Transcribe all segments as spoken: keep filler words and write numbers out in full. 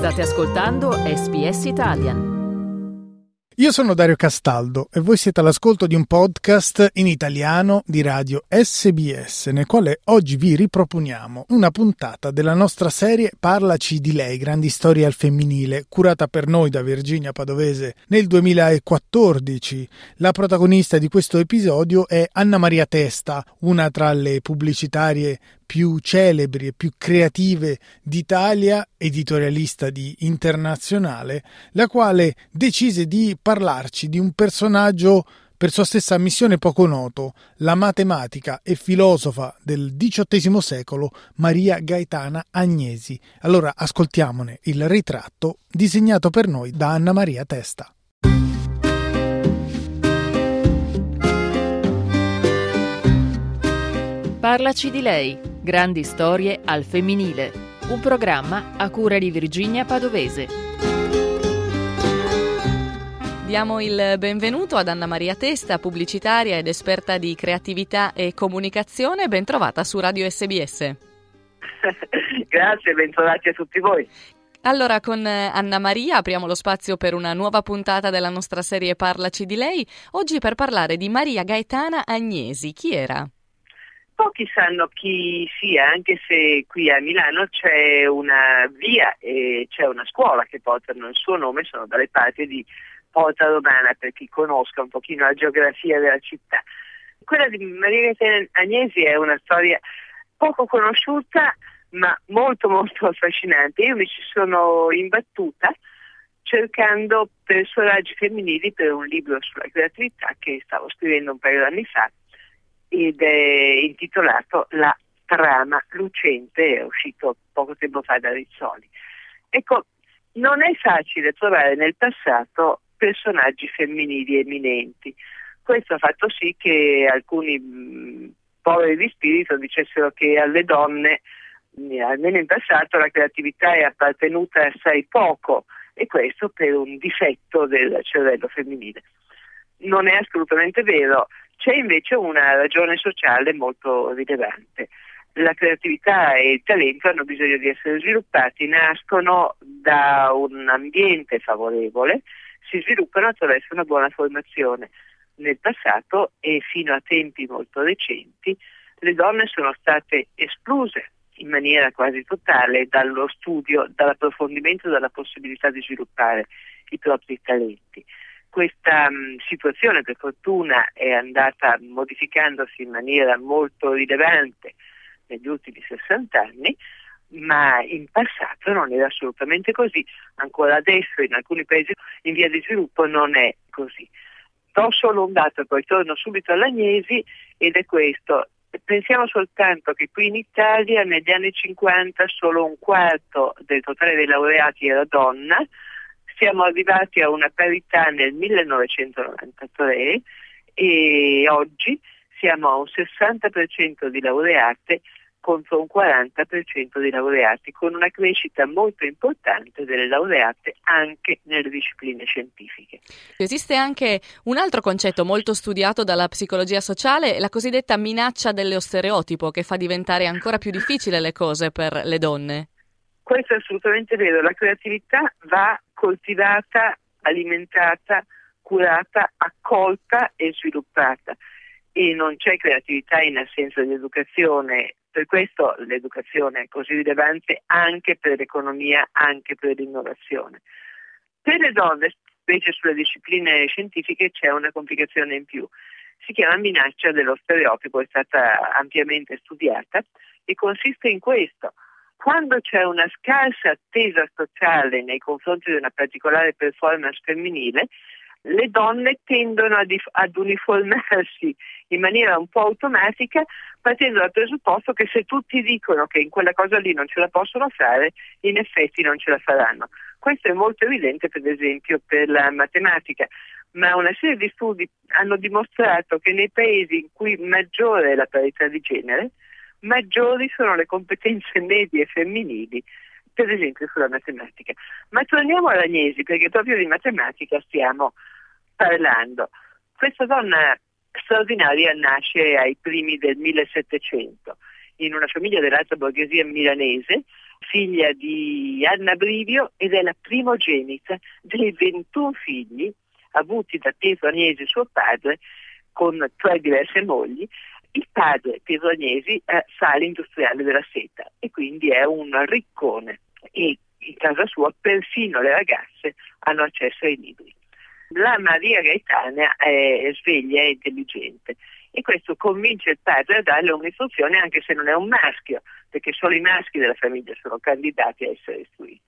State ascoltando S B S Italian. Io sono Dario Castaldo e voi siete all'ascolto di un podcast in italiano di radio S B S, nel quale oggi vi riproponiamo una puntata della nostra serie Parlaci di lei, grandi storie al femminile, curata per noi da Virginia Padovese nel duemilaquattordici. La protagonista di questo episodio è Anna Maria Testa, una tra le pubblicitarie più celebri e più creative d'Italia, editorialista di Internazionale, la quale decise di parlarci di un personaggio per sua stessa missione poco noto, la matematica e filosofa del diciottesimo secolo Maria Gaetana Agnesi. Allora ascoltiamone il ritratto disegnato per noi da Anna Maria Testa. Parlaci di lei, grandi storie al femminile, un programma a cura di Virginia Padovese. Diamo il benvenuto ad Anna Maria Testa, pubblicitaria ed esperta di creatività e comunicazione. Ben trovata su Radio S B S. Grazie, bentrovati a tutti voi. Allora, con Anna Maria apriamo lo spazio per una nuova puntata della nostra serie Parlaci di lei, oggi per parlare di Maria Gaetana Agnesi. Chi era? Pochi sanno chi sia, anche se qui a Milano c'è una via e c'è una scuola che portano il suo nome, sono dalle parti di Porta Romana, per chi conosca un pochino la geografia della città. Quella di Maria Gaetana Agnesi è una storia poco conosciuta, ma molto molto affascinante. Io mi ci sono imbattuta cercando personaggi femminili per un libro sulla creatività che stavo scrivendo un paio d'anni fa, ed è intitolato La trama lucente, è uscito poco tempo fa da Rizzoli. Ecco, non è facile trovare nel passato personaggi femminili eminenti. Questo ha fatto sì che alcuni mh, poveri di spirito dicessero che alle donne, mh, almeno in passato, la creatività è appartenuta assai poco, e questo per un difetto del cervello femminile. Non è assolutamente vero. C'è invece una ragione sociale molto rilevante. La creatività e il talento hanno bisogno di essere sviluppati, nascono da un ambiente favorevole, si sviluppano attraverso una buona formazione. Nel passato e fino a tempi molto recenti le donne sono state escluse in maniera quasi totale dallo studio, dall'approfondimento, dalla possibilità di sviluppare i propri talenti. Questa mh, situazione, per fortuna, è andata modificandosi in maniera molto rilevante negli ultimi sessanta anni, ma in passato non era assolutamente così. Ancora adesso in alcuni paesi in via di sviluppo non è così. Do solo un dato e poi torno subito all'Agnesi, ed è questo. Pensiamo soltanto che qui in Italia negli anni cinquanta solo un quarto del totale dei laureati era donna. Siamo arrivati a una parità nel millenovecentonovantatré e oggi siamo a un sessanta per cento di laureate contro un quaranta per cento di laureati, con una crescita molto importante delle laureate anche nelle discipline scientifiche. Esiste anche un altro concetto molto studiato dalla psicologia sociale, la cosiddetta minaccia dello stereotipo, che fa diventare ancora più difficile le cose per le donne. Questo è assolutamente vero. La creatività va coltivata, alimentata, curata, accolta e sviluppata, e non c'è creatività in assenza di educazione. Per questo l'educazione è così rilevante anche per l'economia, anche per l'innovazione. Per le donne, specie sulle discipline scientifiche, c'è una complicazione in più. Si chiama minaccia dello stereotipo, è stata ampiamente studiata e consiste in questo. Quando c'è una scarsa attesa sociale nei confronti di una particolare performance femminile, le donne tendono ad, ad uniformarsi in maniera un po' automatica, partendo dal presupposto che se tutti dicono che in quella cosa lì non ce la possono fare, in effetti non ce la faranno. Questo è molto evidente, per esempio, per la matematica, ma una serie di studi hanno dimostrato che nei paesi in cui maggiore è la parità di genere, maggiori sono le competenze medie femminili, per esempio sulla matematica. Ma torniamo all'Agnesi, perché proprio di matematica stiamo parlando. Questa donna straordinaria nasce ai primi del millesettecento in una famiglia dell'alta borghesia milanese, figlia di Anna Brivio ed è la primogenita dei ventuno figli avuti da Pietro Agnesi, suo padre, con tre diverse mogli. Il padre, Pietro Agnesi, eh, fa l'industriale della seta e quindi è un riccone e in casa sua perfino le ragazze hanno accesso ai libri. La Maria Gaetana è sveglia e intelligente e questo convince il padre a darle un'istruzione anche se non è un maschio, perché solo i maschi della famiglia sono candidati a essere istruiti.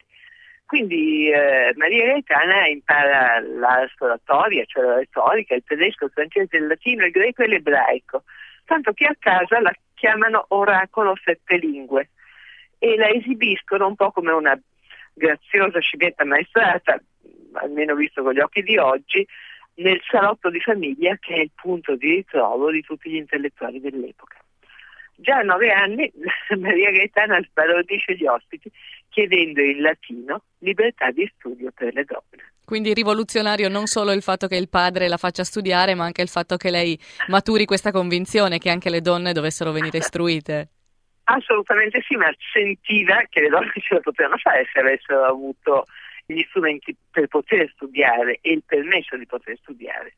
Quindi eh, Maria Gaetana impara la oratoria, cioè la retorica, il tedesco, il francese, il latino, il greco e l'ebraico, tanto che a casa la chiamano oracolo sette lingue e la esibiscono un po' come una graziosa scimmietta maestrata, almeno visto con gli occhi di oggi, nel salotto di famiglia che è il punto di ritrovo di tutti gli intellettuali dell'epoca. Già a nove anni Maria Gaetana sbalordisce gli ospiti chiedendo in latino libertà di studio per le donne. Quindi rivoluzionario non solo il fatto che il padre la faccia studiare, ma anche il fatto che lei maturi questa convinzione che anche le donne dovessero venire istruite. Assolutamente sì, ma sentiva che le donne ce la potevano fare se avessero avuto gli strumenti per poter studiare e il permesso di poter studiare.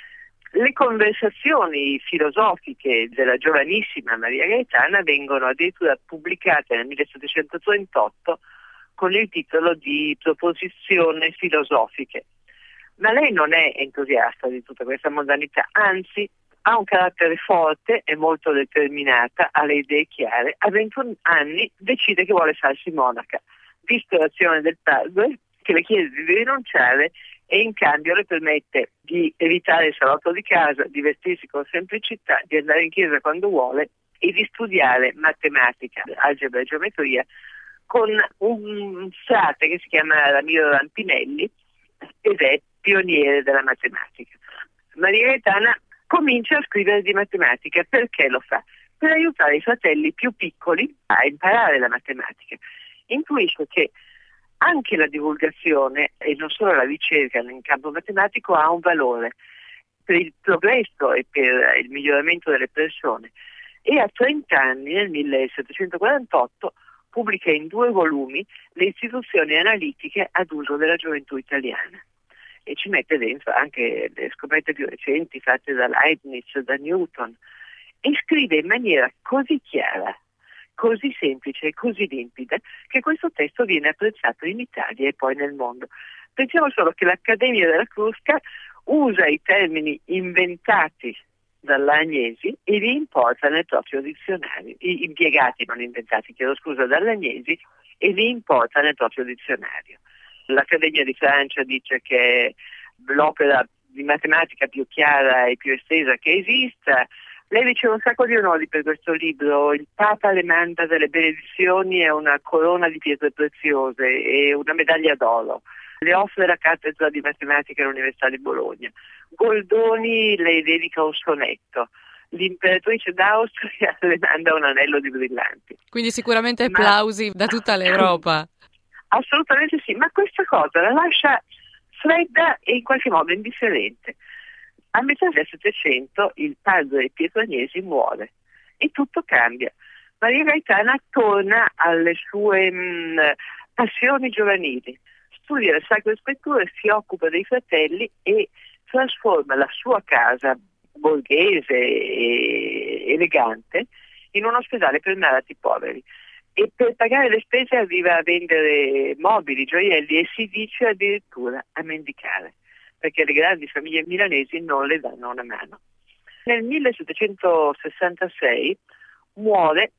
Le conversazioni filosofiche della giovanissima Maria Gaetana vengono addirittura pubblicate nel millesettecentotrentotto con il titolo di Proposizioni filosofiche. Ma lei non è entusiasta di tutta questa modernità, anzi ha un carattere forte, è molto determinata, ha le idee chiare. A ventuno anni decide che vuole farsi monaca. Disperazione del padre che le chiede di rinunciare e in cambio le permette di evitare il salotto di casa, di vestirsi con semplicità, di andare in chiesa quando vuole e di studiare matematica, algebra e geometria con un frate che si chiama Ramiro Rampinelli ed è pioniere della matematica. Maria Gaetana comincia a scrivere di matematica. Perché lo fa? Per aiutare i fratelli più piccoli a imparare la matematica. Intuisce che anche la divulgazione e non solo la ricerca in campo matematico ha un valore per il progresso e per il miglioramento delle persone e a trenta anni, nel millesettecentoquarantotto, pubblica in due volumi le istituzioni analitiche ad uso della gioventù italiana e ci mette dentro anche le scoperte più recenti fatte da Leibniz, da Newton e scrive in maniera così chiara, così semplice e così limpida che questo testo viene apprezzato in Italia e poi nel mondo. Pensiamo solo che l'Accademia della Crusca usa i termini inventati dall'Agnesi e li importa nel proprio dizionario, I, impiegati, non inventati, chiedo scusa, dall'Agnesi e li importa nel proprio dizionario. L'Accademia di Francia dice che è l'opera di matematica più chiara e più estesa che esista. Lei riceve un sacco di onori per questo libro, il Papa le manda delle benedizioni e una corona di pietre preziose e una medaglia d'oro. Le offre la cattedra di matematica all'Università di Bologna. Goldoni le dedica un sonetto. L'imperatrice d'Austria le manda un anello di brillanti. Quindi sicuramente Ma... applausi da tutta l'Europa. Assolutamente sì, ma questa cosa la lascia fredda e in qualche modo indifferente. A metà del Settecento il padre Pietro Agnesi muore e tutto cambia. Maria Gaetana torna alle sue mh, passioni giovanili, studia le Sacre Scritture, si occupa dei fratelli e trasforma la sua casa borghese e elegante in un ospedale per malati poveri. E per pagare le spese arriva a vendere mobili, gioielli e si dice addirittura a mendicare, perché le grandi famiglie milanesi non le danno una mano. Nel millesettecentosessantasei muore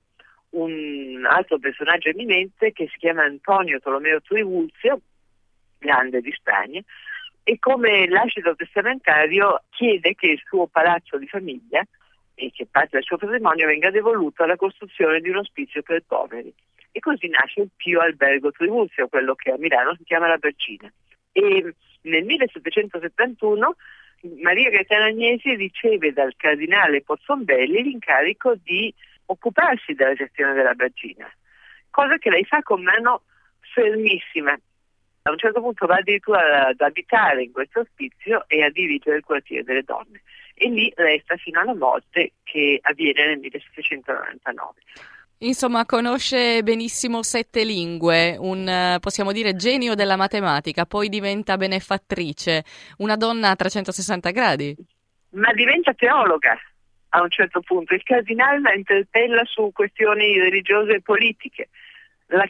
un altro personaggio eminente che si chiama Antonio Tolomeo Trivulzio, grande di Spagna, e come lascito testamentario chiede che il suo palazzo di famiglia e che parte del suo patrimonio venga devoluto alla costruzione di un ospizio per poveri. E così nasce il Pio Albergo Trivulzio, quello che a Milano si chiama la Vergine. E nel millesettecentosettantuno Maria Gaetana Agnesi riceve dal cardinale Pozzombelli l'incarico di occuparsi della gestione della Vergine, cosa che lei fa con mano fermissima. A un certo punto va addirittura ad abitare in questo ospizio e a dirigere il quartiere delle donne. E lì resta fino alla morte che avviene nel millesettecentonovantanove. Insomma, conosce benissimo sette lingue, un, possiamo dire, genio della matematica, poi diventa benefattrice, una donna a trecentosessanta gradi. Ma diventa teologa a un certo punto. Il cardinale la interpella su questioni religiose e politiche. La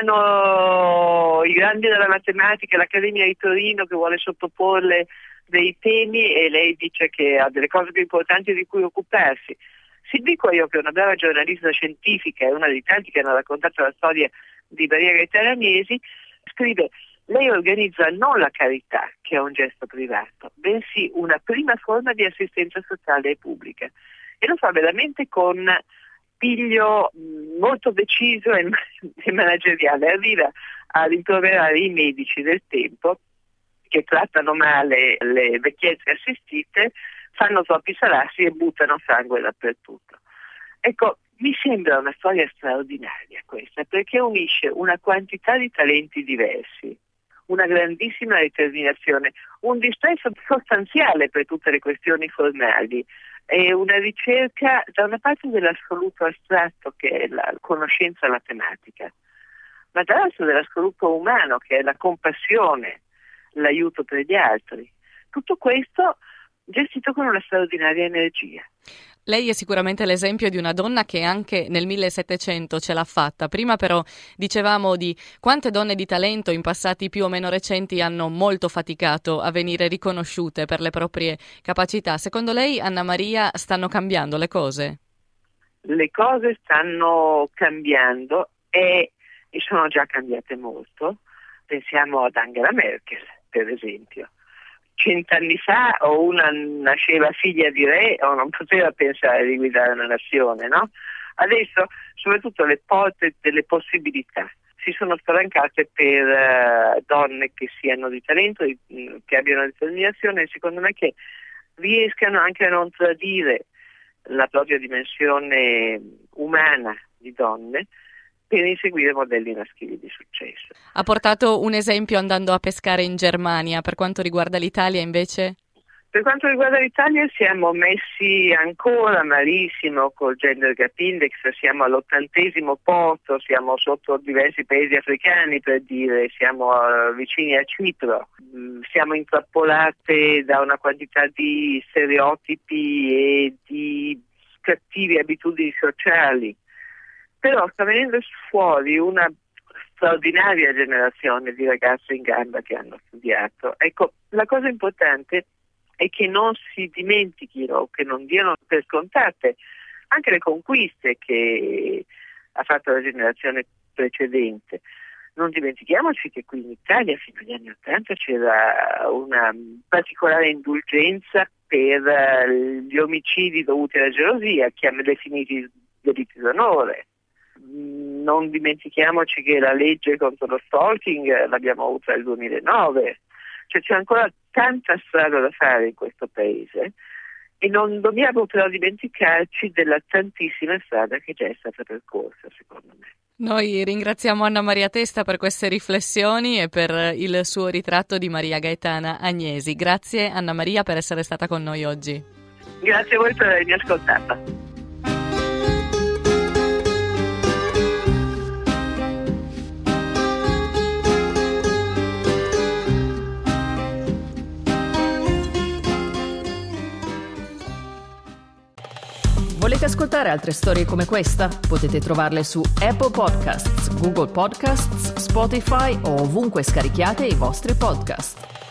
chiamano i grandi della matematica, l'Accademia di Torino, che vuole sottoporle dei temi, e lei dice che ha delle cose più importanti di cui occuparsi. Si dico io che è una brava giornalista scientifica, è una dei tanti che hanno raccontato la storia di Maria Gaetana Agnesi, scrive: lei organizza non la carità, che è un gesto privato, bensì una prima forma di assistenza sociale e pubblica, e lo fa veramente con piglio molto deciso e, e manageriale. Arriva a rimproverare i medici del tempo che trattano male le vecchiezze assistite, fanno troppi salassi e buttano sangue dappertutto. Ecco, mi sembra una storia straordinaria questa, perché unisce una quantità di talenti diversi, una grandissima determinazione, un disprezzo sostanziale per tutte le questioni formali e una ricerca da una parte dell'assoluto astratto, che è la conoscenza matematica, ma dall'altro dell'assoluto umano, che è la compassione, l'aiuto per gli altri. Tutto questo gestito con una straordinaria energia. Lei è sicuramente l'esempio di una donna che anche nel millesettecento ce l'ha fatta. Prima però dicevamo di quante donne di talento in passati più o meno recenti hanno molto faticato a venire riconosciute per le proprie capacità. Secondo lei, Anna Maria, stanno cambiando le cose? Le cose stanno cambiando e, e sono già cambiate molto. Pensiamo ad Angela Merkel, per esempio. Cent'anni fa o una nasceva figlia di re o non poteva pensare di guidare una nazione, no? Adesso soprattutto le porte delle possibilità si sono spalancate per uh, donne che siano di talento, che abbiano determinazione, e secondo me che riescano anche a non tradire la propria dimensione umana di donne per inseguire modelli maschili di successo. Ha portato un esempio andando a pescare in Germania. Per quanto riguarda l'Italia, invece? Per quanto riguarda l'Italia siamo messi ancora malissimo col Gender Gap Index, siamo all'ottantesimo posto, siamo sotto diversi paesi africani, per dire, siamo uh, vicini a Cipro, mm, siamo intrappolate da una quantità di stereotipi e di cattive abitudini sociali. Però sta venendo fuori una straordinaria generazione di ragazze in gamba che hanno studiato. Ecco, la cosa importante è che non si dimentichino, che non diano per scontate anche le conquiste che ha fatto la generazione precedente. Non dimentichiamoci che qui in Italia fino agli anni Ottanta c'era una particolare indulgenza per gli omicidi dovuti alla gelosia, che hanno definiti delitti d'onore. Non dimentichiamoci che la legge contro lo stalking l'abbiamo avuta nel duemilanove, cioè c'è ancora tanta strada da fare in questo paese e non dobbiamo però dimenticarci della tantissima strada che già è stata percorsa, secondo me. Noi ringraziamo Anna Maria Testa per queste riflessioni e per il suo ritratto di Maria Gaetana Agnesi. Grazie Anna Maria per essere stata con noi oggi. Grazie a voi per avermi ascoltata. Volete ascoltare altre storie come questa? Potete trovarle su Apple Podcasts, Google Podcasts, Spotify o ovunque scarichiate i vostri podcast.